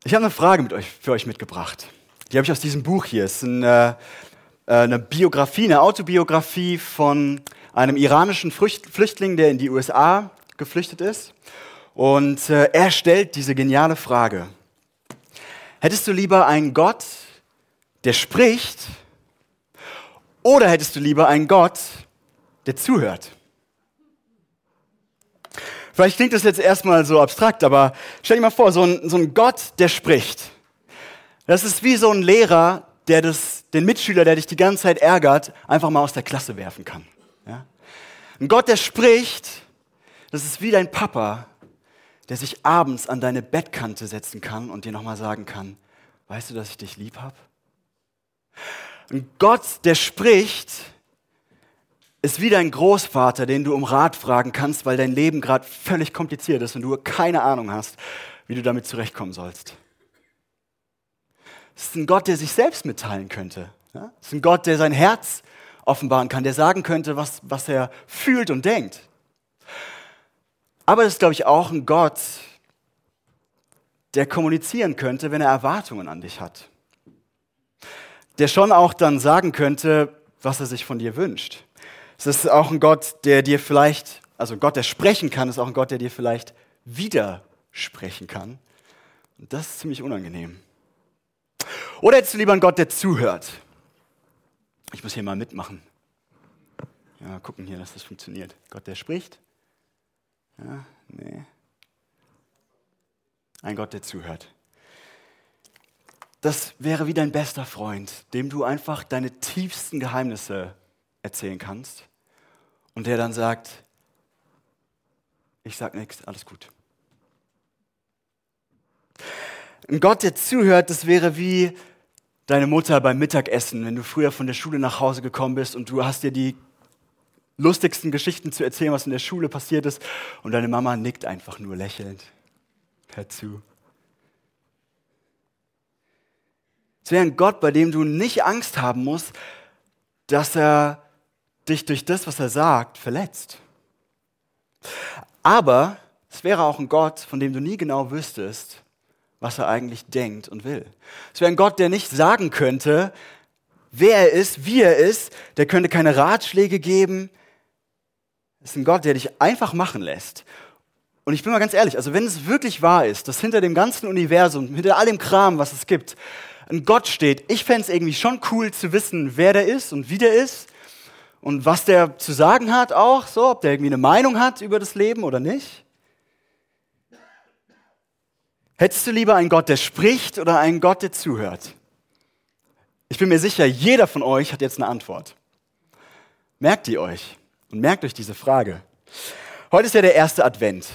Ich habe eine Frage für euch mitgebracht. Die habe ich aus diesem Buch hier. Es ist eine Biografie, eine Autobiografie von einem iranischen Flüchtling, der in die USA geflüchtet ist. Und er stellt diese geniale Frage: Hättest du lieber einen Gott, der spricht, oder hättest du lieber einen Gott, der zuhört? Vielleicht klingt das jetzt erstmal so abstrakt, aber stell dir mal vor, so ein Gott, der spricht. Das ist wie so ein Lehrer, der den Mitschüler, der dich die ganze Zeit ärgert, einfach mal aus der Klasse werfen kann. Ja? Ein Gott, der spricht, das ist wie dein Papa, der sich abends an deine Bettkante setzen kann und dir nochmal sagen kann: Weißt du, dass ich dich lieb habe? Ein Gott, der spricht, ist wie dein Großvater, den du um Rat fragen kannst, weil dein Leben gerade völlig kompliziert ist und du keine Ahnung hast, wie du damit zurechtkommen sollst. Es ist ein Gott, der sich selbst mitteilen könnte. Ja? Es ist ein Gott, der sein Herz offenbaren kann, der sagen könnte, was er fühlt und denkt. Aber es ist, glaube ich, auch ein Gott, der kommunizieren könnte, wenn er Erwartungen an dich hat. Der schon auch dann sagen könnte, was er sich von dir wünscht. Es ist auch ein Gott, der dir vielleicht, also ein Gott, der sprechen kann, ist auch ein Gott, der dir vielleicht widersprechen kann. Und das ist ziemlich unangenehm. Oder hättest du lieber einen Gott, der zuhört? Ich muss hier mal mitmachen. Ja, gucken hier, dass das funktioniert. Gott, der spricht? Ja, nee. Ein Gott, der zuhört. Das wäre wie dein bester Freund, dem du einfach deine tiefsten Geheimnisse erzählen kannst und der dann sagt: Ich sag nichts, alles gut. Ein Gott, der zuhört, das wäre wie deine Mutter beim Mittagessen, wenn du früher von der Schule nach Hause gekommen bist und du hast dir die lustigsten Geschichten zu erzählen, was in der Schule passiert ist, und deine Mama nickt einfach nur lächelnd. Hör zu. Es wäre ein Gott, bei dem du nicht Angst haben musst, dass er dich durch das, was er sagt, verletzt. Aber es wäre auch ein Gott, von dem du nie genau wüsstest, was er eigentlich denkt und will. Es wäre ein Gott, der nicht sagen könnte, wer er ist, wie er ist, der könnte keine Ratschläge geben. Es ist ein Gott, der dich einfach machen lässt. Und ich bin mal ganz ehrlich, also wenn es wirklich wahr ist, dass hinter dem ganzen Universum, hinter all dem Kram, was es gibt, ein Gott steht, ich fände es irgendwie schon cool zu wissen, wer der ist und wie der ist und was der zu sagen hat auch, so, ob der irgendwie eine Meinung hat über das Leben oder nicht. Hättest du lieber einen Gott, der spricht, oder einen Gott, der zuhört? Ich bin mir sicher, jeder von euch hat jetzt eine Antwort. Merkt die euch und merkt euch diese Frage. Heute ist ja der erste Advent.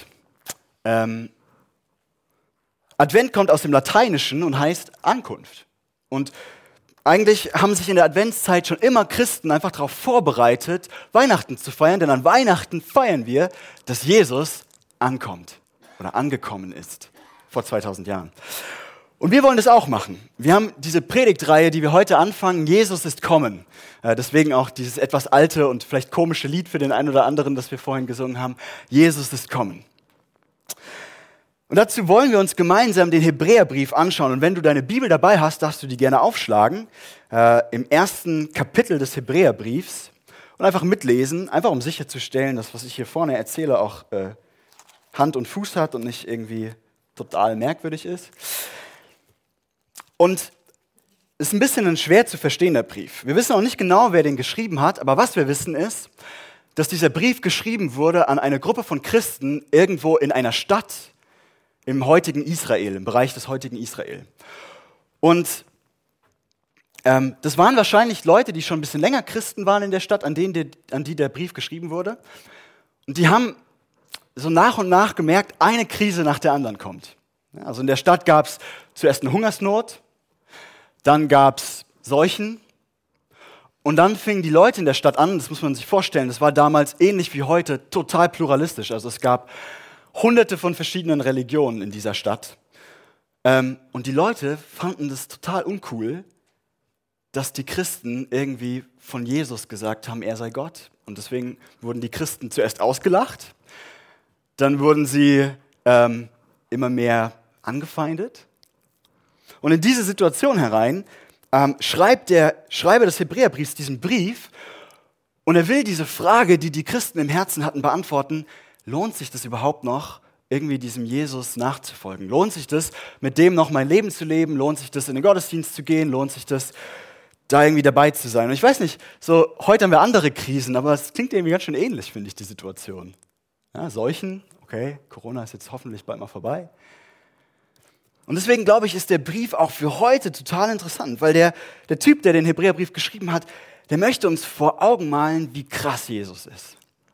Advent kommt aus dem Lateinischen und heißt Ankunft. Und eigentlich haben sich in der Adventszeit schon immer Christen einfach darauf vorbereitet, Weihnachten zu feiern, denn an Weihnachten feiern wir, dass Jesus ankommt oder angekommen ist, vor 2000 Jahren. Und wir wollen das auch machen. Wir haben diese Predigtreihe, die wir heute anfangen, Jesus ist kommen. Deswegen auch dieses etwas alte und vielleicht komische Lied für den einen oder anderen, das wir vorhin gesungen haben, Jesus ist kommen. Und dazu wollen wir uns gemeinsam den Hebräerbrief anschauen. Und wenn du deine Bibel dabei hast, darfst du die gerne aufschlagen, im ersten Kapitel des Hebräerbriefs, und einfach mitlesen, einfach um sicherzustellen, dass was ich hier vorne erzähle auch Hand und Fuß hat und nicht irgendwie total merkwürdig ist. Und es ist ein bisschen ein schwer zu verstehender Brief. Wir wissen auch nicht genau, wer den geschrieben hat, aber was wir wissen ist, dass dieser Brief geschrieben wurde an eine Gruppe von Christen irgendwo in einer Stadt im heutigen Israel, im Bereich des heutigen Israel. Und das waren wahrscheinlich Leute, die schon ein bisschen länger Christen waren in der Stadt, an die der Brief geschrieben wurde. Und die haben so nach und nach gemerkt, eine Krise nach der anderen kommt. Also in der Stadt gab es zuerst eine Hungersnot, dann gab es Seuchen und dann fingen die Leute in der Stadt an, das muss man sich vorstellen, das war damals ähnlich wie heute total pluralistisch. Also es gab Hunderte von verschiedenen Religionen in dieser Stadt. Und die Leute fanden das total uncool, dass die Christen irgendwie von Jesus gesagt haben, er sei Gott. Und deswegen wurden die Christen zuerst ausgelacht, dann wurden sie immer mehr angefeindet Und in diese Situation herein schreibt der Schreiber des Hebräerbriefs diesen Brief und er will diese Frage, die die Christen im Herzen hatten, beantworten: Lohnt sich das überhaupt noch, irgendwie diesem Jesus nachzufolgen? Lohnt sich das, mit dem noch mein Leben zu leben? Lohnt sich das, in den Gottesdienst zu gehen? Lohnt sich das, da irgendwie dabei zu sein? Und ich weiß nicht, so heute haben wir andere Krisen, aber es klingt irgendwie ganz schön ähnlich, finde ich, die Situation. Ja, Seuchen, okay, Corona ist jetzt hoffentlich bald mal vorbei. Und deswegen glaube ich, ist der Brief auch für heute total interessant, weil der Typ, der den Hebräerbrief geschrieben hat, der möchte uns vor Augen malen, wie krass Jesus ist.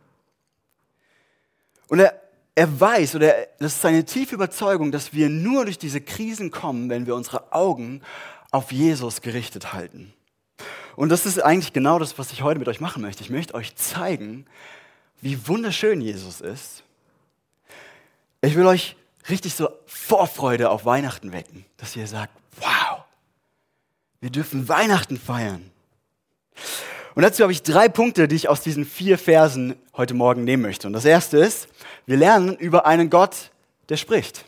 Und er weiß, oder das ist seine tiefe Überzeugung, dass wir nur durch diese Krisen kommen, wenn wir unsere Augen auf Jesus gerichtet halten. Und das ist eigentlich genau das, was ich heute mit euch machen möchte. Ich möchte euch zeigen, wie wunderschön Jesus ist. Ich will euch richtig so Vorfreude auf Weihnachten wecken, dass ihr sagt: Wow, wir dürfen Weihnachten feiern. Und dazu habe ich 3 Punkte, die ich aus diesen 4 Versen heute Morgen nehmen möchte. Und das erste ist, wir lernen über einen Gott, der spricht.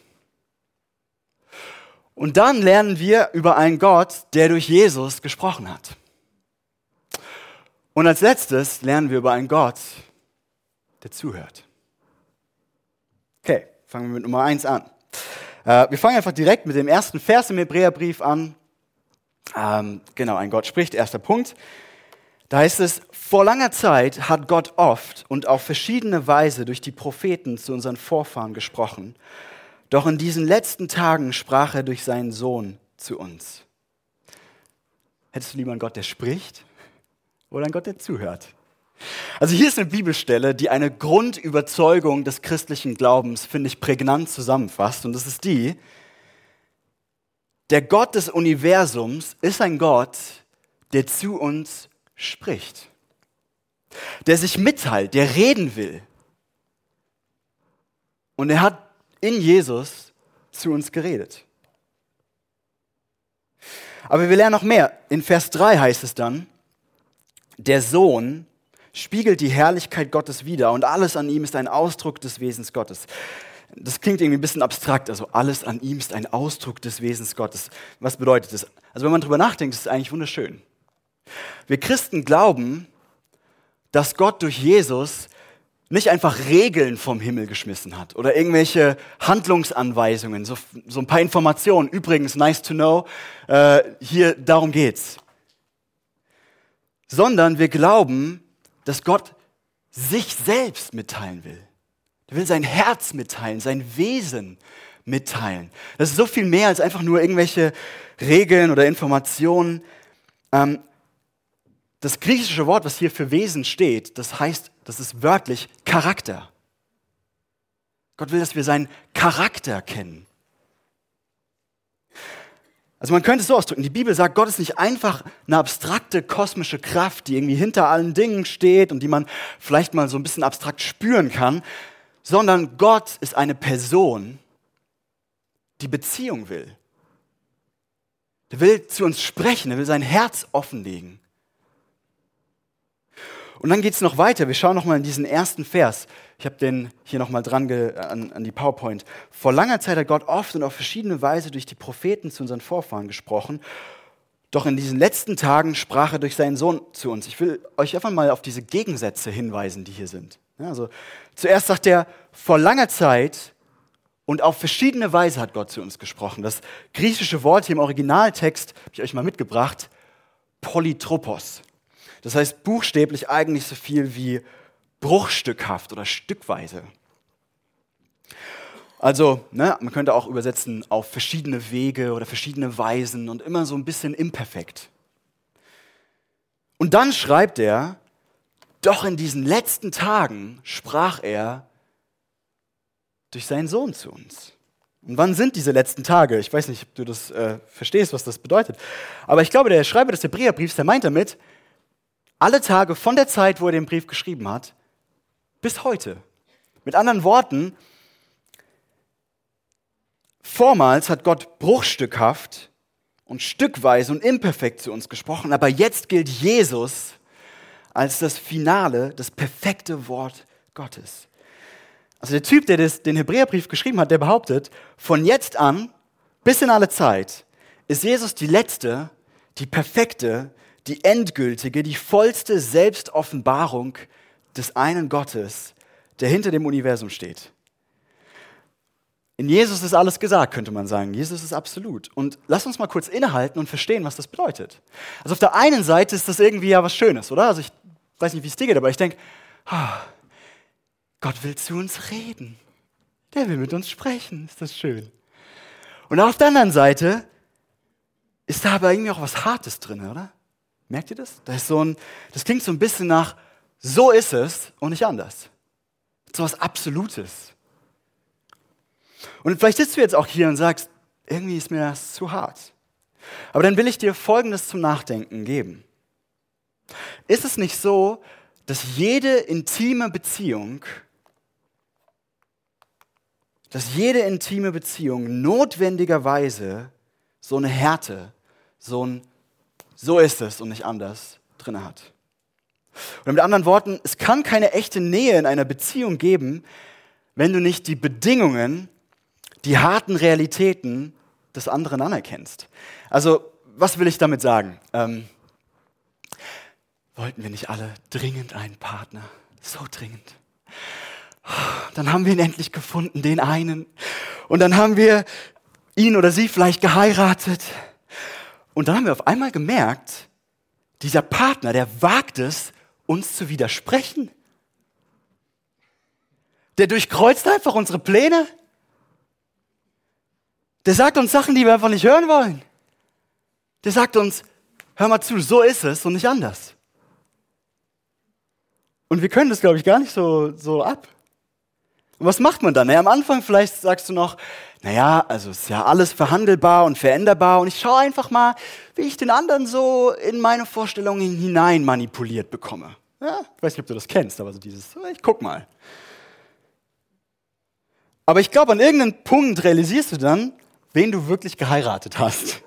Und dann lernen wir über einen Gott, der durch Jesus gesprochen hat. Und als letztes lernen wir über einen Gott, der zuhört. Okay, fangen wir mit Nummer 1 an. Wir fangen einfach direkt mit dem ersten Vers im Hebräerbrief an. Genau, ein Gott spricht, erster Punkt. Da heißt es: Vor langer Zeit hat Gott oft und auf verschiedene Weise durch die Propheten zu unseren Vorfahren gesprochen. Doch in diesen letzten Tagen sprach er durch seinen Sohn zu uns. Hättest du lieber einen Gott, der spricht, oder einen Gott, der zuhört? Also hier ist eine Bibelstelle, die eine Grundüberzeugung des christlichen Glaubens, finde ich, prägnant zusammenfasst. Und das ist die: Der Gott des Universums ist ein Gott, der zu uns spricht. Der sich mitteilt, der reden will. Und er hat in Jesus zu uns geredet. Aber wir lernen noch mehr. In Vers 3 heißt es dann: Der Sohn spiegelt die Herrlichkeit Gottes wider und alles an ihm ist ein Ausdruck des Wesens Gottes. Das klingt irgendwie ein bisschen abstrakt, also alles an ihm ist ein Ausdruck des Wesens Gottes. Was bedeutet das? Also wenn man drüber nachdenkt, ist es eigentlich wunderschön. Wir Christen glauben, dass Gott durch Jesus nicht einfach Regeln vom Himmel geschmissen hat oder irgendwelche Handlungsanweisungen, so ein paar Informationen. Übrigens, nice to know, hier, darum geht's. Sondern wir glauben, dass Gott sich selbst mitteilen will. Er will sein Herz mitteilen, sein Wesen mitteilen. Das ist so viel mehr als einfach nur irgendwelche Regeln oder Informationen. Das griechische Wort, was hier für Wesen steht, das ist wörtlich Charakter. Gott will, dass wir seinen Charakter kennen. Also man könnte es so ausdrücken, die Bibel sagt, Gott ist nicht einfach eine abstrakte kosmische Kraft, die irgendwie hinter allen Dingen steht und die man vielleicht mal so ein bisschen abstrakt spüren kann, sondern Gott ist eine Person, die Beziehung will. Der will zu uns sprechen, er will sein Herz offenlegen. Und dann geht es noch weiter. Wir schauen noch mal in diesen ersten Vers. Ich habe den hier noch mal dran an die PowerPoint. Vor langer Zeit hat Gott oft und auf verschiedene Weise durch die Propheten zu unseren Vorfahren gesprochen. Doch in diesen letzten Tagen sprach er durch seinen Sohn zu uns. Ich will euch einfach mal auf diese Gegensätze hinweisen, die hier sind. Ja, also zuerst sagt er, vor langer Zeit und auf verschiedene Weise hat Gott zu uns gesprochen. Das griechische Wort hier im Originaltext habe ich euch mal mitgebracht, Polytropos. Das heißt buchstäblich eigentlich so viel wie bruchstückhaft oder stückweise. Also, man könnte auch übersetzen auf verschiedene Wege oder verschiedene Weisen und immer so ein bisschen imperfekt. Und dann schreibt er, doch in diesen letzten Tagen sprach er durch seinen Sohn zu uns. Und wann sind diese letzten Tage? Ich weiß nicht, ob du das verstehst, was das bedeutet. Aber ich glaube, der Schreiber des Hebräerbriefs, der meint damit, alle Tage von der Zeit, wo er den Brief geschrieben hat, bis heute. Mit anderen Worten, vormals hat Gott bruchstückhaft und stückweise und imperfekt zu uns gesprochen, aber jetzt gilt Jesus als das Finale, das perfekte Wort Gottes. Also der Typ, der den Hebräerbrief geschrieben hat, der behauptet, von jetzt an bis in alle Zeit ist Jesus die letzte, die perfekte, die endgültige, die vollste Selbstoffenbarung des einen Gottes, der hinter dem Universum steht. In Jesus ist alles gesagt, könnte man sagen. Jesus ist absolut. Und lass uns mal kurz innehalten und verstehen, was das bedeutet. Also auf der einen Seite ist das irgendwie ja was Schönes, oder? Also ich weiß nicht, wie es dir geht, aber ich denke, Gott will zu uns reden. Der will mit uns sprechen. Ist das schön. Und auf der anderen Seite ist da aber irgendwie auch was Hartes drin, oder? Merkt ihr das? Das klingt so ein bisschen nach, so ist es und nicht anders. So was Absolutes. Und vielleicht sitzt du jetzt auch hier und sagst, irgendwie ist mir das zu hart. Aber dann will ich dir Folgendes zum Nachdenken geben. Ist es nicht so, dass jede intime Beziehung notwendigerweise so eine Härte, so ist es und nicht anders drin hat? Oder mit anderen Worten, es kann keine echte Nähe in einer Beziehung geben, wenn du nicht die Bedingungen, die harten Realitäten des anderen anerkennst. Also, was will ich damit sagen? Wollten wir nicht alle dringend einen Partner? So dringend. Dann haben wir ihn endlich gefunden, den einen. Und dann haben wir ihn oder sie vielleicht geheiratet. Und dann haben wir auf einmal gemerkt, dieser Partner, der wagt es, uns zu widersprechen. Der durchkreuzt einfach unsere Pläne. Der sagt uns Sachen, die wir einfach nicht hören wollen. Der sagt uns, hör mal zu, so ist es und nicht anders. Und wir können das, glaube ich, gar nicht so ab. Und was macht man dann? Am Anfang vielleicht sagst du noch, also ist ja alles verhandelbar und veränderbar und ich schaue einfach mal, wie ich den anderen so in meine Vorstellungen hinein manipuliert bekomme. Ja, ich weiß nicht, ob du das kennst, aber so dieses, ich guck mal. Aber ich glaube, an irgendeinem Punkt realisierst du dann, wen du wirklich geheiratet hast.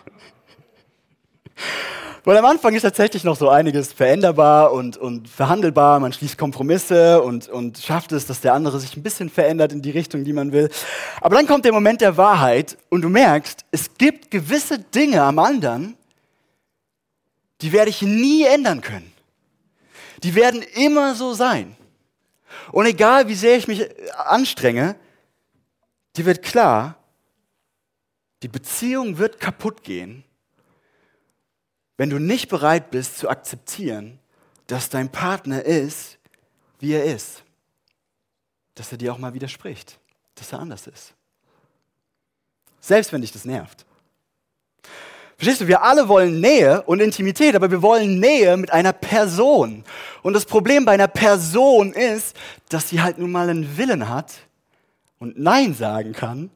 Weil am Anfang ist tatsächlich noch so einiges veränderbar und verhandelbar. Man schließt Kompromisse und schafft es, dass der andere sich ein bisschen verändert in die Richtung, die man will. Aber dann kommt der Moment der Wahrheit und du merkst, es gibt gewisse Dinge am anderen, die werde ich nie ändern können. Die werden immer so sein. Und egal, wie sehr ich mich anstrenge, dir wird klar, die Beziehung wird kaputt gehen, wenn du nicht bereit bist zu akzeptieren, dass dein Partner ist, wie er ist. Dass er dir auch mal widerspricht, dass er anders ist. Selbst wenn dich das nervt. Verstehst du, wir alle wollen Nähe und Intimität, aber wir wollen Nähe mit einer Person. Und das Problem bei einer Person ist, dass sie halt nun mal einen Willen hat und Nein sagen kann.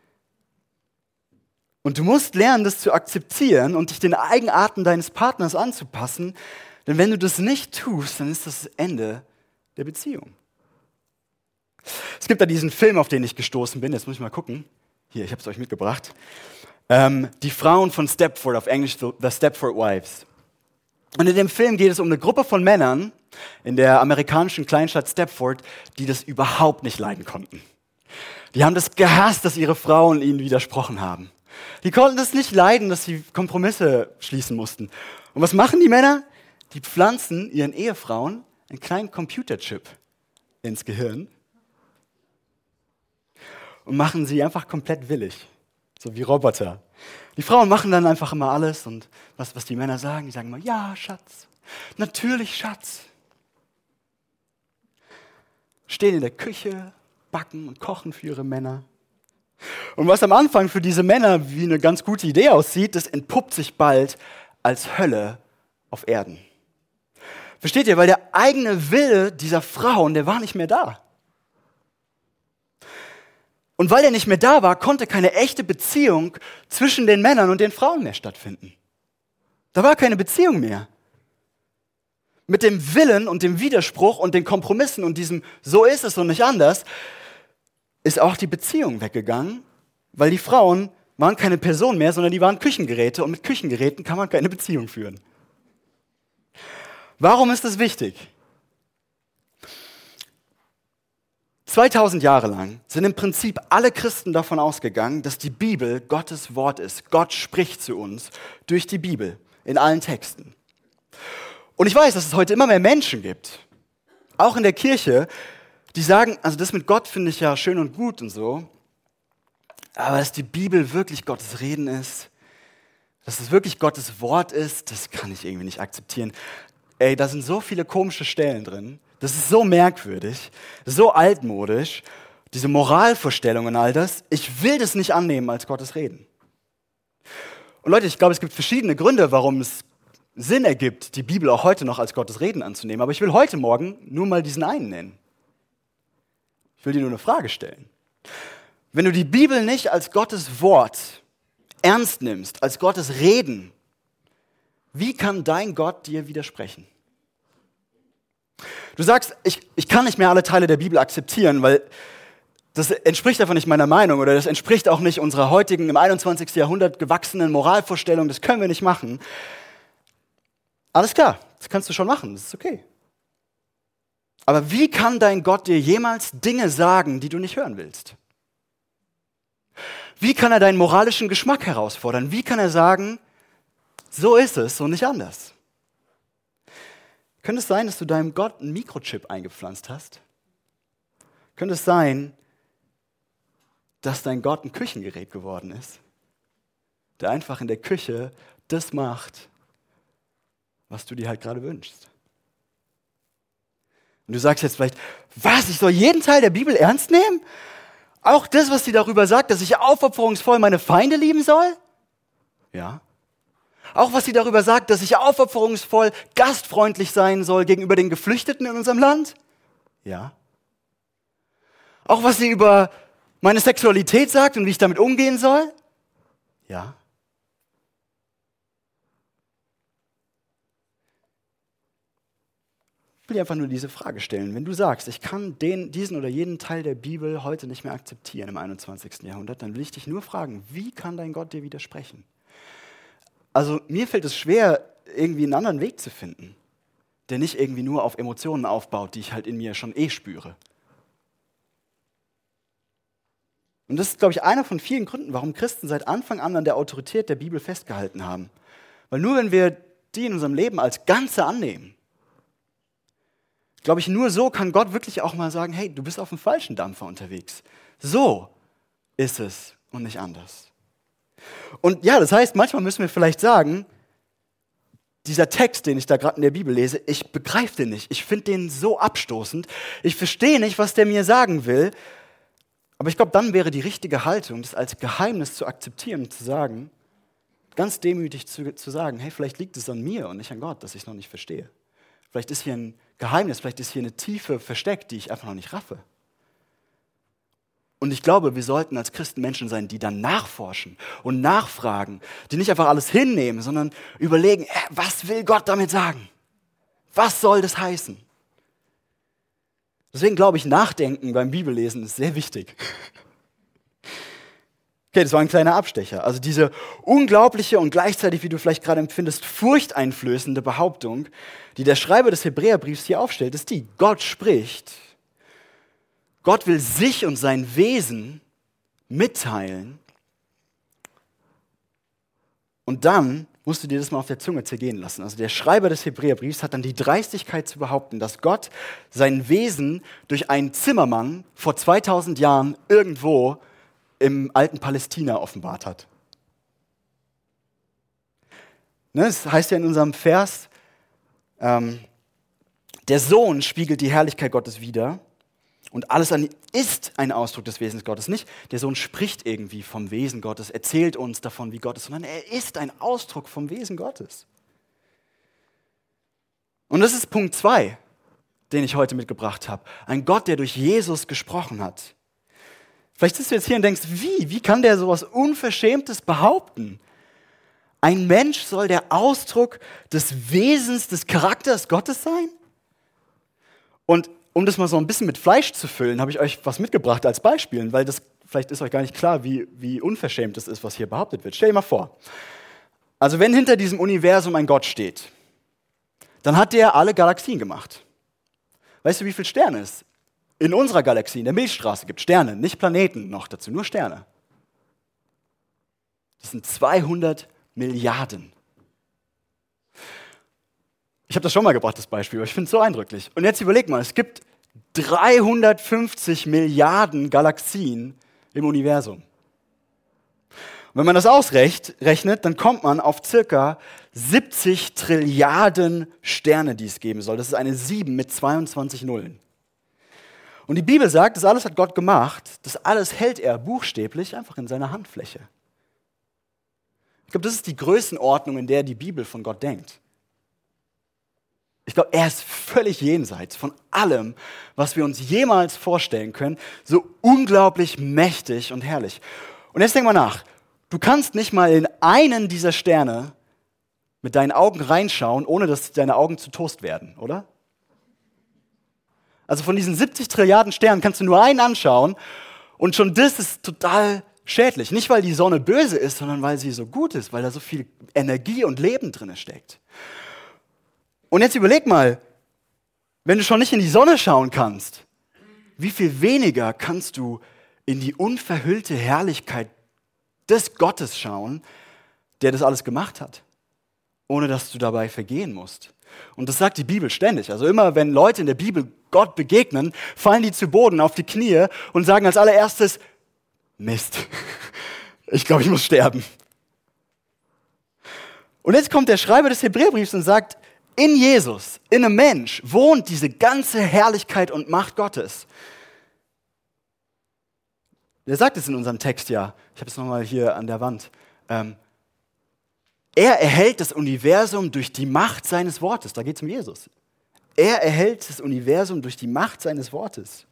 Und du musst lernen, das zu akzeptieren und dich den Eigenarten deines Partners anzupassen. Denn wenn du das nicht tust, dann ist das Ende der Beziehung. Es gibt da diesen Film, auf den ich gestoßen bin. Jetzt muss ich mal gucken. Hier, ich habe es euch mitgebracht. Die Frauen von Stepford, auf Englisch The Stepford Wives. Und in dem Film geht es um eine Gruppe von Männern in der amerikanischen Kleinstadt Stepford, die das überhaupt nicht leiden konnten. Die haben das gehasst, dass ihre Frauen ihnen widersprochen haben. Die konnten es nicht leiden, dass sie Kompromisse schließen mussten. Und was machen die Männer? Die pflanzen ihren Ehefrauen einen kleinen Computerchip ins Gehirn und machen sie einfach komplett willig. So wie Roboter. Die Frauen machen dann einfach immer alles und was die Männer sagen, die sagen immer, ja, Schatz, natürlich, Schatz. Stehen in der Küche, backen und kochen für ihre Männer. Und was am Anfang für diese Männer wie eine ganz gute Idee aussieht, das entpuppt sich bald als Hölle auf Erden. Versteht ihr? Weil der eigene Wille dieser Frauen, der war nicht mehr da. Und weil er nicht mehr da war, konnte keine echte Beziehung zwischen den Männern und den Frauen mehr stattfinden. Da war keine Beziehung mehr. Mit dem Willen und dem Widerspruch und den Kompromissen und diesem so ist es und nicht anders, ist auch die Beziehung weggegangen, weil die Frauen waren keine Person mehr, sondern die waren Küchengeräte und mit Küchengeräten kann man keine Beziehung führen. Warum ist das wichtig? 2000 Jahre lang sind im Prinzip alle Christen davon ausgegangen, dass die Bibel Gottes Wort ist. Gott spricht zu uns durch die Bibel in allen Texten. Und ich weiß, dass es heute immer mehr Menschen gibt, auch in der Kirche, die sagen, also das mit Gott finde ich ja schön und gut und so, aber dass die Bibel wirklich Gottes Reden ist, dass es wirklich Gottes Wort ist, das kann ich irgendwie nicht akzeptieren. Ey, da sind so viele komische Stellen drin. Das ist so merkwürdig, so altmodisch, diese Moralvorstellungen und all das. Ich will das nicht annehmen als Gottes Reden. Und Leute, ich glaube, es gibt verschiedene Gründe, warum es Sinn ergibt, die Bibel auch heute noch als Gottes Reden anzunehmen. Aber ich will heute Morgen nur mal diesen einen nennen. Ich will dir nur eine Frage stellen. Wenn du die Bibel nicht als Gottes Wort ernst nimmst, als Gottes Reden, wie kann dein Gott dir widersprechen? Du sagst, ich kann nicht mehr alle Teile der Bibel akzeptieren, weil das entspricht einfach nicht meiner Meinung oder das entspricht auch nicht unserer heutigen, im 21. Jahrhundert gewachsenen Moralvorstellung, das können wir nicht machen. Alles klar, das kannst du schon machen, das ist okay. Aber wie kann dein Gott dir jemals Dinge sagen, die du nicht hören willst? Wie kann er deinen moralischen Geschmack herausfordern? Wie kann er sagen, so ist es und nicht anders? Könnte es sein, dass du deinem Gott einen Mikrochip eingepflanzt hast? Könnte es sein, dass dein Gott ein Küchengerät geworden ist, der einfach in der Küche das macht, was du dir halt gerade wünschst? Und du sagst jetzt vielleicht, was, ich soll jeden Teil der Bibel ernst nehmen? Auch das, was sie darüber sagt, dass ich aufopferungsvoll meine Feinde lieben soll? Ja. Auch was sie darüber sagt, dass ich aufopferungsvoll gastfreundlich sein soll gegenüber den Geflüchteten in unserem Land? Ja. Auch was sie über meine Sexualität sagt und wie ich damit umgehen soll? Ja. Ich will dir einfach nur diese Frage stellen. Wenn du sagst, ich kann diesen oder jeden Teil der Bibel heute nicht mehr akzeptieren im 21. Jahrhundert, dann will ich dich nur fragen, wie kann dein Gott dir widersprechen? Also mir fällt es schwer, irgendwie einen anderen Weg zu finden, der nicht irgendwie nur auf Emotionen aufbaut, die ich halt in mir schon spüre. Und das ist, glaube ich, einer von vielen Gründen, warum Christen seit Anfang an der Autorität der Bibel festgehalten haben. Weil nur wenn wir die in unserem Leben als Ganze annehmen, glaube ich, nur so kann Gott wirklich auch mal sagen, hey, du bist auf dem falschen Dampfer unterwegs. So ist es und nicht anders. Und ja, das heißt, manchmal müssen wir vielleicht sagen, dieser Text, den ich da gerade in der Bibel lese, ich begreife den nicht. Ich finde den so abstoßend. Ich verstehe nicht, was der mir sagen will. Aber ich glaube, dann wäre die richtige Haltung, das als Geheimnis zu akzeptieren und zu sagen, ganz demütig zu sagen, hey, vielleicht liegt es an mir und nicht an Gott, dass ich es noch nicht verstehe. Vielleicht ist hier ein Geheimnis, vielleicht ist hier eine Tiefe versteckt, die ich einfach noch nicht raffe. Und ich glaube, wir sollten als Christen Menschen sein, die dann nachforschen und nachfragen, die nicht einfach alles hinnehmen, sondern überlegen, was will Gott damit sagen? Was soll das heißen? Deswegen glaube ich, Nachdenken beim Bibellesen ist sehr wichtig. Okay, das war ein kleiner Abstecher. Also diese unglaubliche und gleichzeitig, wie du vielleicht gerade empfindest, furchteinflößende Behauptung, die der Schreiber des Hebräerbriefs hier aufstellt, ist die: Gott spricht. Gott will sich und sein Wesen mitteilen. Und dann musst du dir das mal auf der Zunge zergehen lassen. Also der Schreiber des Hebräerbriefs hat dann die Dreistigkeit zu behaupten, dass Gott sein Wesen durch einen Zimmermann vor 2000 Jahren irgendwo im alten Palästina offenbart hat. Es heißt ja in unserem Vers, der Sohn spiegelt die Herrlichkeit Gottes wider. Und alles an ihm ist ein Ausdruck des Wesens Gottes. Nicht der Sohn spricht irgendwie vom Wesen Gottes, erzählt uns davon, wie Gott ist, sondern er ist ein Ausdruck vom Wesen Gottes. Und das ist Punkt 2, den ich heute mitgebracht habe. Ein Gott, der durch Jesus gesprochen hat. Vielleicht sitzt du jetzt hier und denkst, wie kann der sowas Unverschämtes behaupten? Ein Mensch soll der Ausdruck des Wesens, des Charakters Gottes sein? Und um das mal so ein bisschen mit Fleisch zu füllen, habe ich euch was mitgebracht als Beispiel, weil das vielleicht ist euch gar nicht klar, wie unverschämt das ist, was hier behauptet wird. Stell dir mal vor, also wenn hinter diesem Universum ein Gott steht, dann hat der alle Galaxien gemacht. Weißt du, wie viele Sterne es In unserer Galaxie, in der Milchstraße, gibt es Sterne, nicht Planeten noch dazu, nur Sterne. Das sind 200 Milliarden. Ich habe das schon mal gebracht, das Beispiel, aber ich finde es so eindrücklich. Und jetzt überleg mal, es gibt 350 Milliarden Galaxien im Universum. Und wenn man das ausrechnet, dann kommt man auf circa 70 Trilliarden Sterne, die es geben soll. Das ist eine 7 mit 22 Nullen. Und die Bibel sagt, das alles hat Gott gemacht, das alles hält er buchstäblich einfach in seiner Handfläche. Ich glaube, das ist die Größenordnung, in der die Bibel von Gott denkt. Ich glaube, er ist völlig jenseits von allem, was wir uns jemals vorstellen können, so unglaublich mächtig und herrlich. Und jetzt denk mal nach, du kannst nicht mal in einen dieser Sterne mit deinen Augen reinschauen, ohne dass deine Augen zu Toast werden, oder? Also von diesen 70 Trilliarden Sternen kannst du nur einen anschauen und schon das ist total schädlich. Nicht, weil die Sonne böse ist, sondern weil sie so gut ist, weil da so viel Energie und Leben drin steckt. Und jetzt überleg mal, wenn du schon nicht in die Sonne schauen kannst, wie viel weniger kannst du in die unverhüllte Herrlichkeit des Gottes schauen, der das alles gemacht hat, ohne dass du dabei vergehen musst. Und das sagt die Bibel ständig. Also immer, wenn Leute in der Bibel Gott begegnen, fallen die zu Boden auf die Knie und sagen als allererstes, Mist, ich glaube, ich muss sterben. Und jetzt kommt der Schreiber des Hebräerbriefs und sagt, in Jesus, in einem Mensch, wohnt diese ganze Herrlichkeit und Macht Gottes. Er sagt es in unserem Text ja. Ich habe es nochmal hier an der Wand. Er erhält das Universum durch die Macht seines Wortes. Da geht es um Jesus. Er erhält das Universum durch die Macht seines Wortes.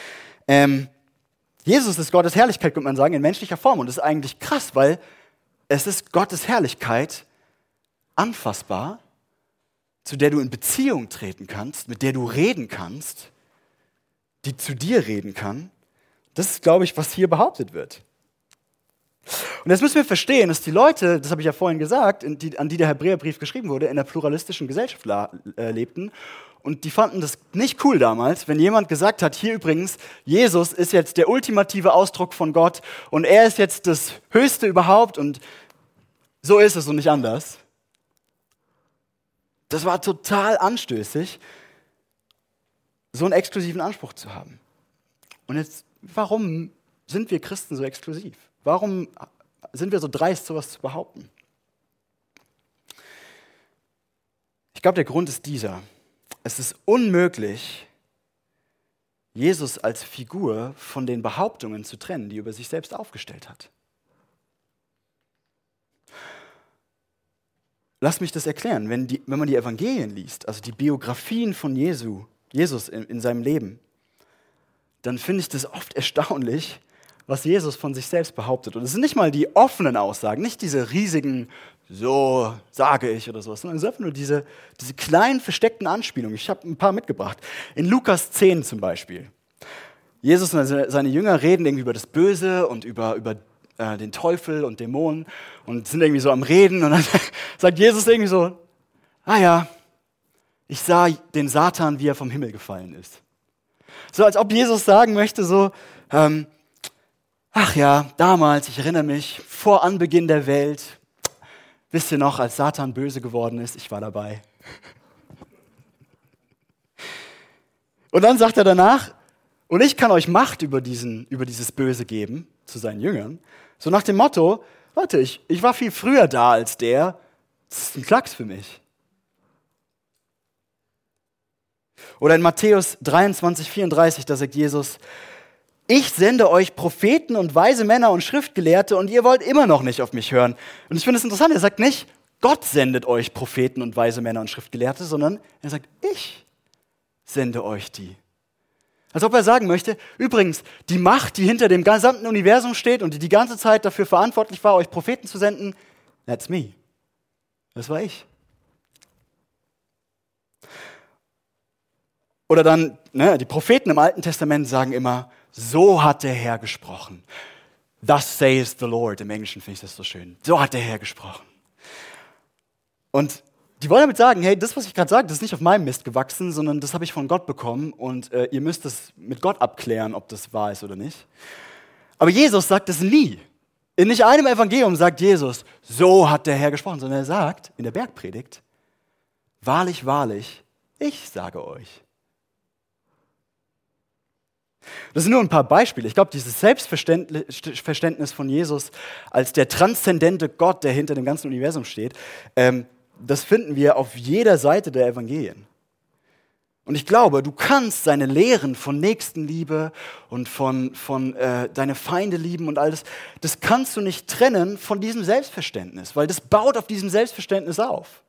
Jesus ist Gottes Herrlichkeit, könnte man sagen, in menschlicher Form. Und das ist eigentlich krass, weil es ist Gottes Herrlichkeit anfassbar, zu der du in Beziehung treten kannst, mit der du reden kannst, die zu dir reden kann. Das ist, glaube ich, was hier behauptet wird. Und jetzt müssen wir verstehen, dass die Leute, das habe ich ja vorhin gesagt, an die der Hebräerbrief geschrieben wurde, in einer pluralistischen Gesellschaft lebten. Und die fanden das nicht cool damals, wenn jemand gesagt hat, hier übrigens, Jesus ist jetzt der ultimative Ausdruck von Gott und er ist jetzt das Höchste überhaupt und so ist es und nicht anders. Das war total anstößig, so einen exklusiven Anspruch zu haben. Und jetzt, warum sind wir Christen so exklusiv? Warum sind wir so dreist, sowas zu behaupten? Ich glaube, der Grund ist dieser. Es ist unmöglich, Jesus als Figur von den Behauptungen zu trennen, die er über sich selbst aufgestellt hat. Lass mich das erklären. Wenn man die Evangelien liest, also die Biografien von Jesus in seinem Leben, dann finde ich das oft erstaunlich, was Jesus von sich selbst behauptet. Und es sind nicht mal die offenen Aussagen, nicht diese riesigen, so sage ich oder sowas, sondern es sind einfach nur diese kleinen versteckten Anspielungen. Ich habe ein paar mitgebracht. In Lukas 10 zum Beispiel. Jesus und seine Jünger reden irgendwie über das Böse und über den Teufel und Dämonen und sind irgendwie so am Reden und dann sagt Jesus irgendwie so, ich sah den Satan, wie er vom Himmel gefallen ist. So als ob Jesus sagen möchte so, damals, ich erinnere mich, vor Anbeginn der Welt, wisst ihr noch, als Satan böse geworden ist, ich war dabei. Und dann sagt er danach, und ich kann euch Macht über dieses Böse geben, zu seinen Jüngern, so nach dem Motto, Leute, ich war viel früher da als der, das ist ein Klacks für mich. Oder in Matthäus 23,34, da sagt Jesus, ich sende euch Propheten und weise Männer und Schriftgelehrte und ihr wollt immer noch nicht auf mich hören. Und ich finde es interessant, er sagt nicht, Gott sendet euch Propheten und weise Männer und Schriftgelehrte, sondern er sagt, ich sende euch die. Als ob er sagen möchte, übrigens, die Macht, die hinter dem gesamten Universum steht und die ganze Zeit dafür verantwortlich war, euch Propheten zu senden, that's me. Das war ich. Oder dann, die Propheten im Alten Testament sagen immer, so hat der Herr gesprochen. Thus saith the Lord. Im Englischen finde ich das so schön. So hat der Herr gesprochen. Und Die wollen damit sagen, hey, das, was ich gerade sage, das ist nicht auf meinem Mist gewachsen, sondern das habe ich von Gott bekommen und ihr müsst es mit Gott abklären, ob das wahr ist oder nicht. Aber Jesus sagt das nie. In nicht einem Evangelium sagt Jesus, so hat der Herr gesprochen, sondern er sagt in der Bergpredigt, wahrlich, wahrlich, ich sage euch. Das sind nur ein paar Beispiele. Ich glaube, dieses Selbstverständnis von Jesus als der transzendente Gott, der hinter dem ganzen Universum steht, das finden wir auf jeder Seite der Evangelien. Und ich glaube, du kannst seine Lehren von Nächstenliebe und von deine Feinde lieben und alles, das kannst du nicht trennen von diesem Selbstverständnis, weil das baut auf diesem Selbstverständnis auf.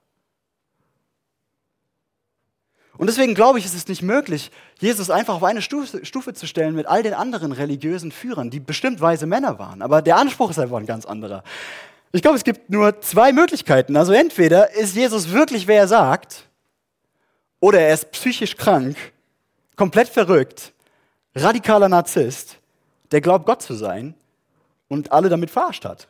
Und deswegen glaube ich, ist es nicht möglich, Jesus einfach auf eine Stufe zu stellen mit all den anderen religiösen Führern, die bestimmt weise Männer waren. Aber der Anspruch ist einfach ein ganz anderer. Ich glaube, es gibt nur zwei Möglichkeiten. Also entweder ist Jesus wirklich, wer er sagt, oder er ist psychisch krank, komplett verrückt, radikaler Narzisst, der glaubt, Gott zu sein und alle damit verarscht hat.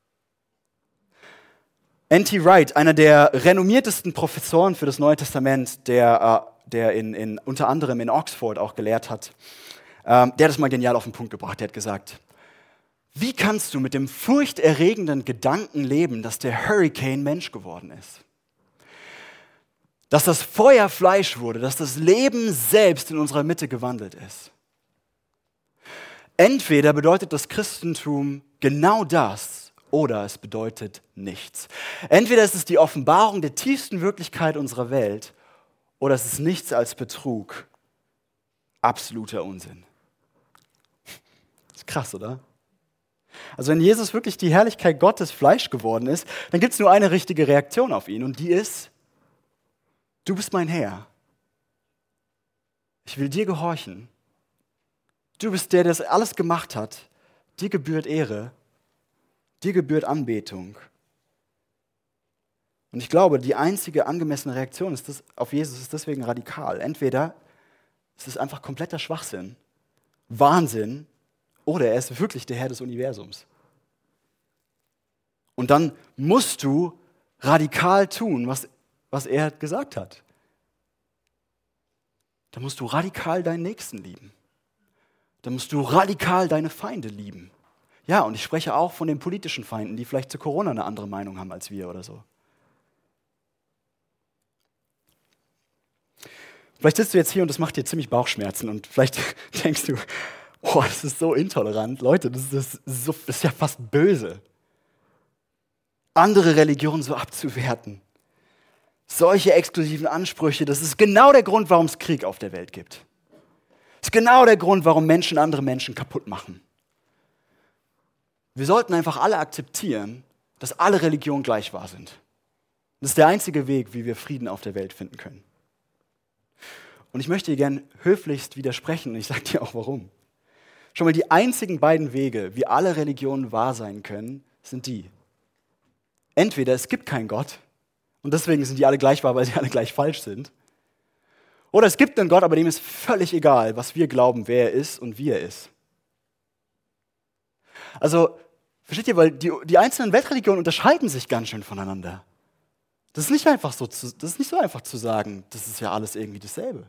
N.T. Wright, einer der renommiertesten Professoren für das Neue Testament, der unter anderem in Oxford auch gelehrt hat, der hat das mal genial auf den Punkt gebracht. Der hat gesagt, wie kannst du mit dem furchterregenden Gedanken leben, dass der Hurricane Mensch geworden ist? Dass das Feuer Fleisch wurde, dass das Leben selbst in unserer Mitte gewandelt ist. Entweder bedeutet das Christentum genau das, oder es bedeutet nichts. Entweder ist es die Offenbarung der tiefsten Wirklichkeit unserer Welt, oder es ist nichts als Betrug. Absoluter Unsinn. Ist krass, oder? Also wenn Jesus wirklich die Herrlichkeit Gottes Fleisch geworden ist, dann gibt es nur eine richtige Reaktion auf ihn und die ist, du bist mein Herr. Ich will dir gehorchen. Du bist der, der das alles gemacht hat. Dir gebührt Ehre. Dir gebührt Anbetung. Und ich glaube, die einzige angemessene Reaktion auf Jesus ist deswegen radikal. Entweder es ist einfach kompletter Schwachsinn, Wahnsinn, oder er ist wirklich der Herr des Universums. Und dann musst du radikal tun, was er gesagt hat. Dann musst du radikal deinen Nächsten lieben. Dann musst du radikal deine Feinde lieben. Ja, und ich spreche auch von den politischen Feinden, die vielleicht zu Corona eine andere Meinung haben als wir oder so. Vielleicht sitzt du jetzt hier und das macht dir ziemlich Bauchschmerzen und vielleicht denkst du, oh, das ist so intolerant. Leute, das ist ja fast böse. Andere Religionen so abzuwerten. Solche exklusiven Ansprüche, das ist genau der Grund, warum es Krieg auf der Welt gibt. Das ist genau der Grund, warum Menschen andere Menschen kaputt machen. Wir sollten einfach alle akzeptieren, dass alle Religionen gleich wahr sind. Das ist der einzige Weg, wie wir Frieden auf der Welt finden können. Und ich möchte dir gern höflichst widersprechen und ich sage dir auch warum. Schon mal die einzigen beiden Wege, wie alle Religionen wahr sein können, sind die. Entweder es gibt keinen Gott und deswegen sind die alle gleich wahr, weil sie alle gleich falsch sind. Oder es gibt einen Gott, aber dem ist völlig egal, was wir glauben, wer er ist und wie er ist. Also, versteht ihr, weil die einzelnen Weltreligionen unterscheiden sich ganz schön voneinander. Das ist nicht so einfach zu sagen, das ist ja alles irgendwie dasselbe.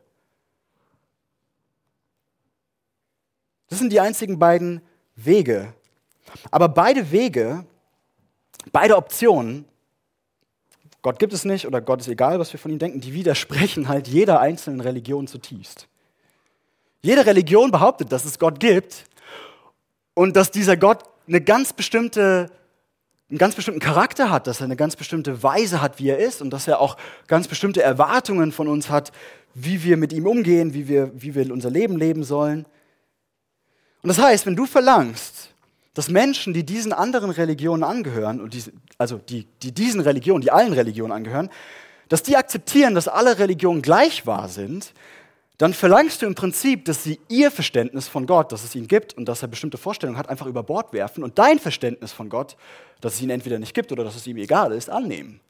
Das sind die einzigen beiden Wege. Aber beide Wege, beide Optionen, Gott gibt es nicht oder Gott ist egal, was wir von ihm denken, die widersprechen halt jeder einzelnen Religion zutiefst. Jede Religion behauptet, dass es Gott gibt und dass dieser Gott einen ganz bestimmten Charakter hat, dass er eine ganz bestimmte Weise hat, wie er ist und dass er auch ganz bestimmte Erwartungen von uns hat, wie wir mit ihm umgehen, wie wir unser Leben leben sollen. Und das heißt, wenn du verlangst, dass Menschen, die diesen anderen Religionen angehören, und die allen Religionen angehören, dass die akzeptieren, dass alle Religionen gleich wahr sind, dann verlangst du im Prinzip, dass sie ihr Verständnis von Gott, dass es ihn gibt und dass er bestimmte Vorstellungen hat, einfach über Bord werfen und dein Verständnis von Gott, dass es ihn entweder nicht gibt oder dass es ihm egal ist, annehmen.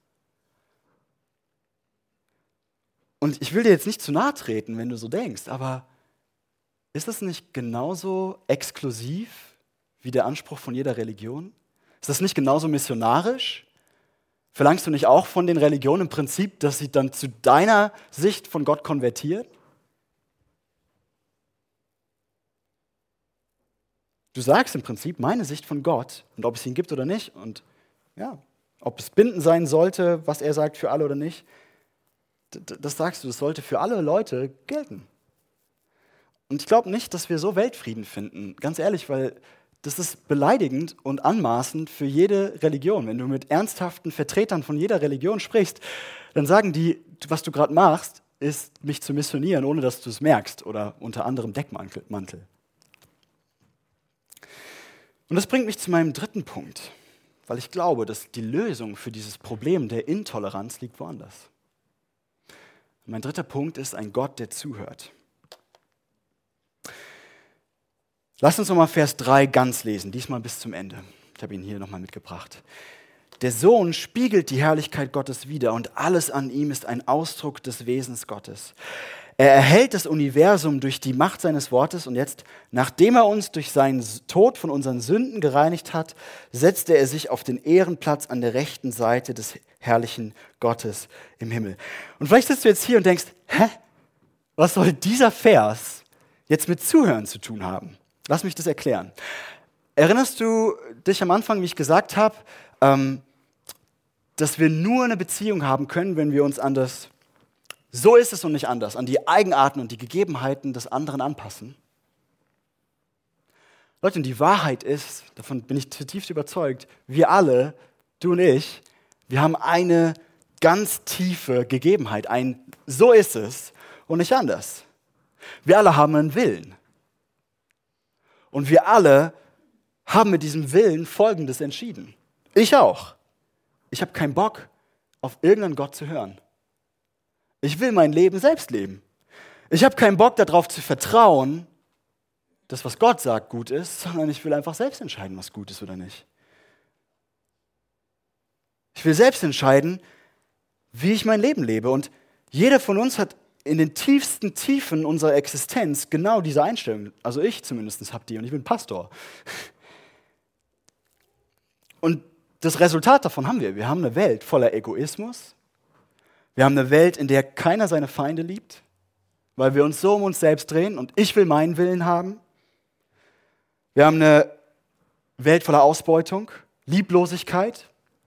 Und ich will dir jetzt nicht zu nahe treten, wenn du so denkst, aber ist das nicht genauso exklusiv wie der Anspruch von jeder Religion? Ist das nicht genauso missionarisch? Verlangst du nicht auch von den Religionen im Prinzip, dass sie dann zu deiner Sicht von Gott konvertieren? Du sagst im Prinzip meine Sicht von Gott und ob es ihn gibt oder nicht und ja, ob es bindend sein sollte, was er sagt für alle oder nicht, das sagst du, das sollte für alle Leute gelten. Und ich glaube nicht, dass wir so Weltfrieden finden, ganz ehrlich, weil das ist beleidigend und anmaßend für jede Religion. Wenn du mit ernsthaften Vertretern von jeder Religion sprichst, dann sagen die, was du gerade machst, ist mich zu missionieren, ohne dass du es merkst oder unter anderem Deckmantel. Und das bringt mich zu meinem dritten Punkt, weil ich glaube, dass die Lösung für dieses Problem der Intoleranz liegt woanders. Mein dritter Punkt ist ein Gott, der zuhört. Lass uns nochmal Vers 3 ganz lesen, diesmal bis zum Ende. Ich habe ihn hier nochmal mitgebracht. Der Sohn spiegelt die Herrlichkeit Gottes wider und alles an ihm ist ein Ausdruck des Wesens Gottes. Er erhält das Universum durch die Macht seines Wortes und jetzt, nachdem er uns durch seinen Tod von unseren Sünden gereinigt hat, setzte er sich auf den Ehrenplatz an der rechten Seite des herrlichen Gottes im Himmel. Und vielleicht sitzt du jetzt hier und denkst, was soll dieser Vers jetzt mit Zuhören zu tun haben? Lass mich das erklären. Erinnerst du dich am Anfang, wie ich gesagt habe, dass wir nur eine Beziehung haben können, wenn wir uns an das so ist es und nicht anders, an die Eigenarten und die Gegebenheiten des anderen anpassen? Leute, und die Wahrheit ist, davon bin ich zutiefst überzeugt, wir alle, du und ich, wir haben eine ganz tiefe Gegebenheit, ein so ist es und nicht anders. Wir alle haben einen Willen. Und wir alle haben mit diesem Willen Folgendes entschieden. Ich auch. Ich habe keinen Bock, auf irgendeinen Gott zu hören. Ich will mein Leben selbst leben. Ich habe keinen Bock darauf zu vertrauen, dass was Gott sagt gut ist, sondern ich will einfach selbst entscheiden, was gut ist oder nicht. Ich will selbst entscheiden, wie ich mein Leben lebe. Und jeder von uns hat in den tiefsten Tiefen unserer Existenz genau diese Einstellung. Also ich zumindest habe die und ich bin Pastor. Und das Resultat davon haben wir. Wir haben eine Welt voller Egoismus. Wir haben eine Welt, in der keiner seine Feinde liebt, weil wir uns so um uns selbst drehen und ich will meinen Willen haben. Wir haben eine Welt voller Ausbeutung, Lieblosigkeit,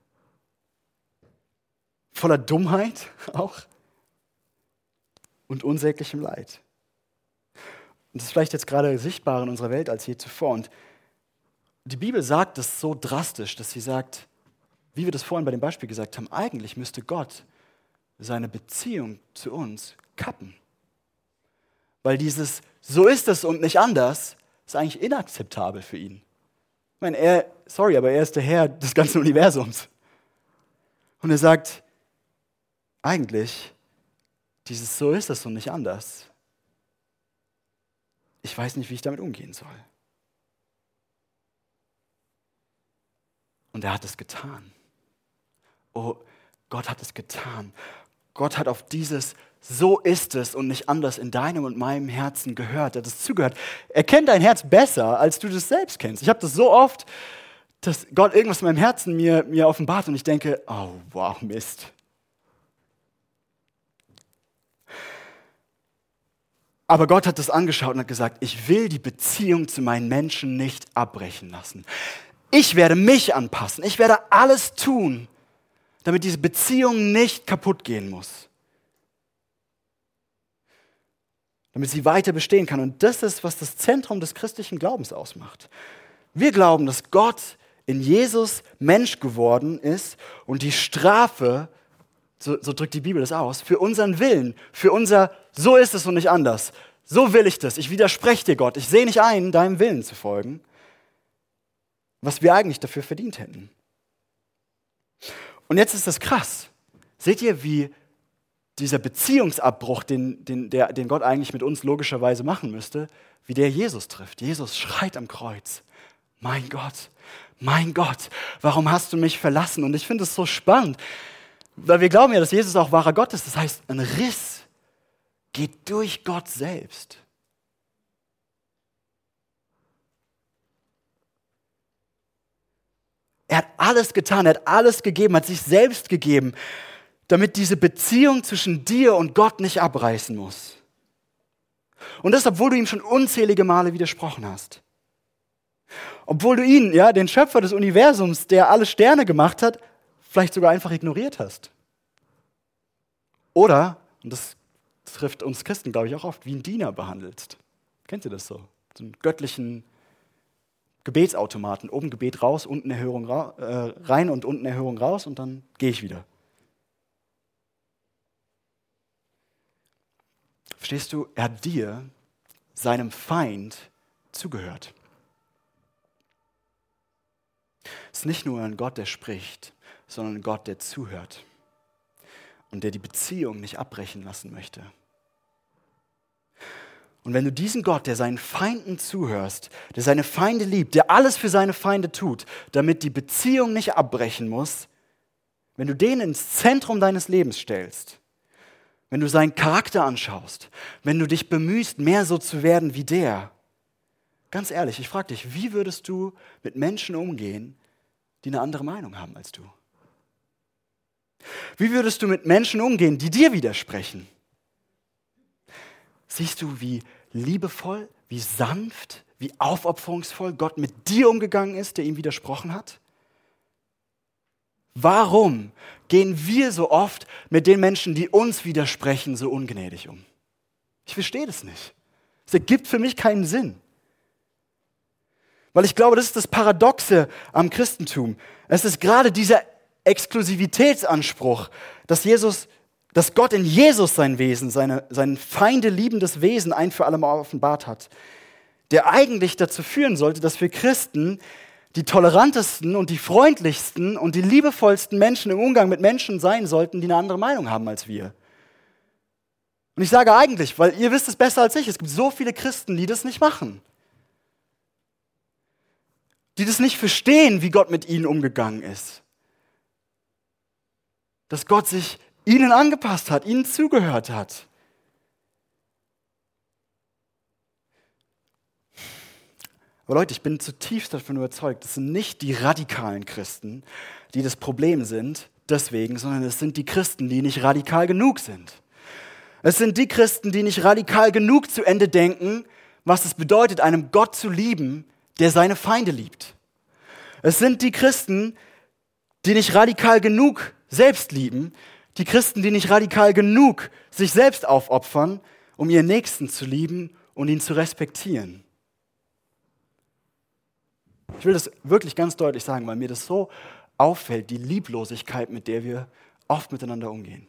voller Dummheit auch und unsäglichem Leid. Und das ist vielleicht jetzt gerade sichtbarer in unserer Welt als je zuvor. Und die Bibel sagt das so drastisch, dass sie sagt, wie wir das vorhin bei dem Beispiel gesagt haben, eigentlich müsste Gott seine Beziehung zu uns kappen. Weil dieses so ist es und nicht anders ist eigentlich inakzeptabel für ihn. Ich meine, er ist der Herr des ganzen Universums. Und er sagt, eigentlich, dieses so ist es und nicht anders. Ich weiß nicht, wie ich damit umgehen soll. Und er hat es getan. Oh, Gott hat es getan. Gott hat auf dieses so ist es und nicht anders in deinem und meinem Herzen gehört. Er hat es zugehört. Er kennt dein Herz besser, als du das selbst kennst. Ich habe das so oft, dass Gott irgendwas in meinem Herzen mir offenbart und ich denke, oh wow, Mist. Aber Gott hat das angeschaut und hat gesagt, ich will die Beziehung zu meinen Menschen nicht abbrechen lassen. Ich werde mich anpassen. Ich werde alles tun, damit diese Beziehung nicht kaputt gehen muss. Damit sie weiter bestehen kann. Und das ist, was das Zentrum des christlichen Glaubens ausmacht. Wir glauben, dass Gott in Jesus Mensch geworden ist und die Strafe, so drückt die Bibel das aus, für unseren Willen, für unser so ist es und nicht anders. So will ich das. Ich widerspreche dir, Gott. Ich sehe nicht ein, deinem Willen zu folgen, was wir eigentlich dafür verdient hätten. Und jetzt ist das krass. Seht ihr, wie dieser Beziehungsabbruch, den Gott eigentlich mit uns logischerweise machen müsste, wie der Jesus trifft. Jesus schreit am Kreuz, mein Gott, warum hast du mich verlassen? Und ich finde es so spannend, weil wir glauben ja, dass Jesus auch wahrer Gott ist. Das heißt, ein Riss geht durch Gott selbst. Er hat alles getan, er hat alles gegeben, hat sich selbst gegeben, damit diese Beziehung zwischen dir und Gott nicht abreißen muss. Und das, obwohl du ihm schon unzählige Male widersprochen hast. Obwohl du ihn, ja, den Schöpfer des Universums, der alle Sterne gemacht hat, vielleicht sogar einfach ignoriert hast. Oder, und das trifft uns Christen, glaube ich, auch oft, wie einen Diener behandelst. Kennt ihr das so? So einen göttlichen Gebetsautomaten. Oben Gebet raus, unten Erhörung rein und unten Erhörung raus und dann gehe ich wieder. Verstehst du, er hat dir, seinem Feind, zugehört. Es ist nicht nur ein Gott, der spricht, sondern ein Gott, der zuhört und der die Beziehung nicht abbrechen lassen möchte. Und wenn du diesen Gott, der seinen Feinden zuhörst, der seine Feinde liebt, der alles für seine Feinde tut, damit die Beziehung nicht abbrechen muss, wenn du den ins Zentrum deines Lebens stellst, wenn du seinen Charakter anschaust, wenn du dich bemühst, mehr so zu werden wie der, ganz ehrlich, ich frage dich, wie würdest du mit Menschen umgehen, die eine andere Meinung haben als du? Wie würdest du mit Menschen umgehen, die dir widersprechen? Siehst du, wie liebevoll, wie sanft, wie aufopferungsvoll Gott mit dir umgegangen ist, der ihm widersprochen hat? Warum gehen wir so oft mit den Menschen, die uns widersprechen, so ungnädig um? Ich verstehe das nicht. Es ergibt für mich keinen Sinn. Weil ich glaube, das ist das Paradoxe am Christentum. Es ist gerade dieser Exklusivitätsanspruch, dass Gott in Jesus sein Wesen, sein Feinde liebendes Wesen ein für alle Mal offenbart hat, der eigentlich dazu führen sollte, dass wir Christen die tolerantesten und die freundlichsten und die liebevollsten Menschen im Umgang mit Menschen sein sollten, die eine andere Meinung haben als wir. Und ich sage eigentlich, weil ihr wisst es besser als ich, es gibt so viele Christen, die das nicht machen. Die das nicht verstehen, wie Gott mit ihnen umgegangen ist. Dass Gott sich ihnen angepasst hat, ihnen zugehört hat. Aber Leute, ich bin zutiefst davon überzeugt, es sind nicht die radikalen Christen, die das Problem sind, deswegen, sondern es sind die Christen, die nicht radikal genug sind. Es sind die Christen, die nicht radikal genug zu Ende denken, was es bedeutet, einem Gott zu lieben, der seine Feinde liebt. Es sind die Christen, die nicht radikal genug selbst lieben, die Christen, die nicht radikal genug sich selbst aufopfern, um ihren Nächsten zu lieben und ihn zu respektieren. Ich will das wirklich ganz deutlich sagen, weil mir das so auffällt, die Lieblosigkeit, mit der wir oft miteinander umgehen.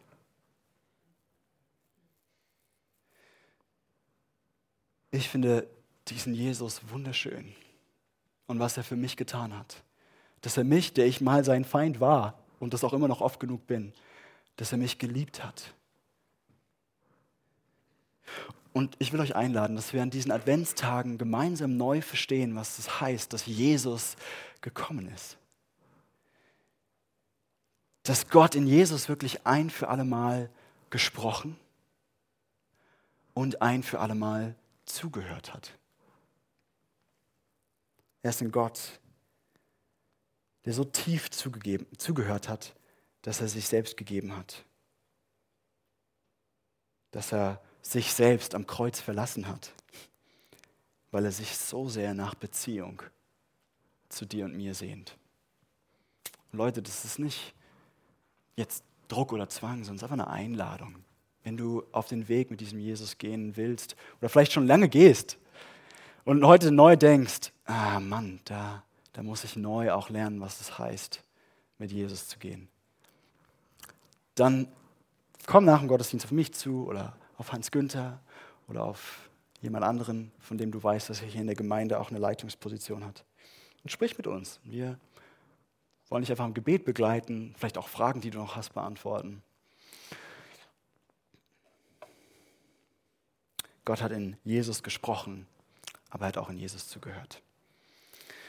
Ich finde diesen Jesus wunderschön und was er für mich getan hat. Dass er mich, der ich mal sein Feind war und das auch immer noch oft genug bin, dass er mich geliebt hat. Und ich will euch einladen, dass wir an diesen Adventstagen gemeinsam neu verstehen, was es heißt, dass Jesus gekommen ist. Dass Gott in Jesus wirklich ein für alle Mal gesprochen und ein für alle Mal zugehört hat. Er ist ein Gott, der so tief zugehört hat, dass er sich selbst gegeben hat. Dass er sich selbst am Kreuz verlassen hat, weil er sich so sehr nach Beziehung zu dir und mir sehnt. Und Leute, das ist nicht jetzt Druck oder Zwang, sondern es ist einfach eine Einladung. Wenn du auf den Weg mit diesem Jesus gehen willst oder vielleicht schon lange gehst und heute neu denkst, Mann, da muss ich neu auch lernen, was es heißt, mit Jesus zu gehen. Dann komm nach dem Gottesdienst auf mich zu oder auf Hans Günther oder auf jemand anderen, von dem du weißt, dass er hier in der Gemeinde auch eine Leitungsposition hat. Und sprich mit uns. Wir wollen dich einfach im Gebet begleiten, vielleicht auch Fragen, die du noch hast, beantworten. Gott hat in Jesus gesprochen, aber er hat auch in Jesus zugehört.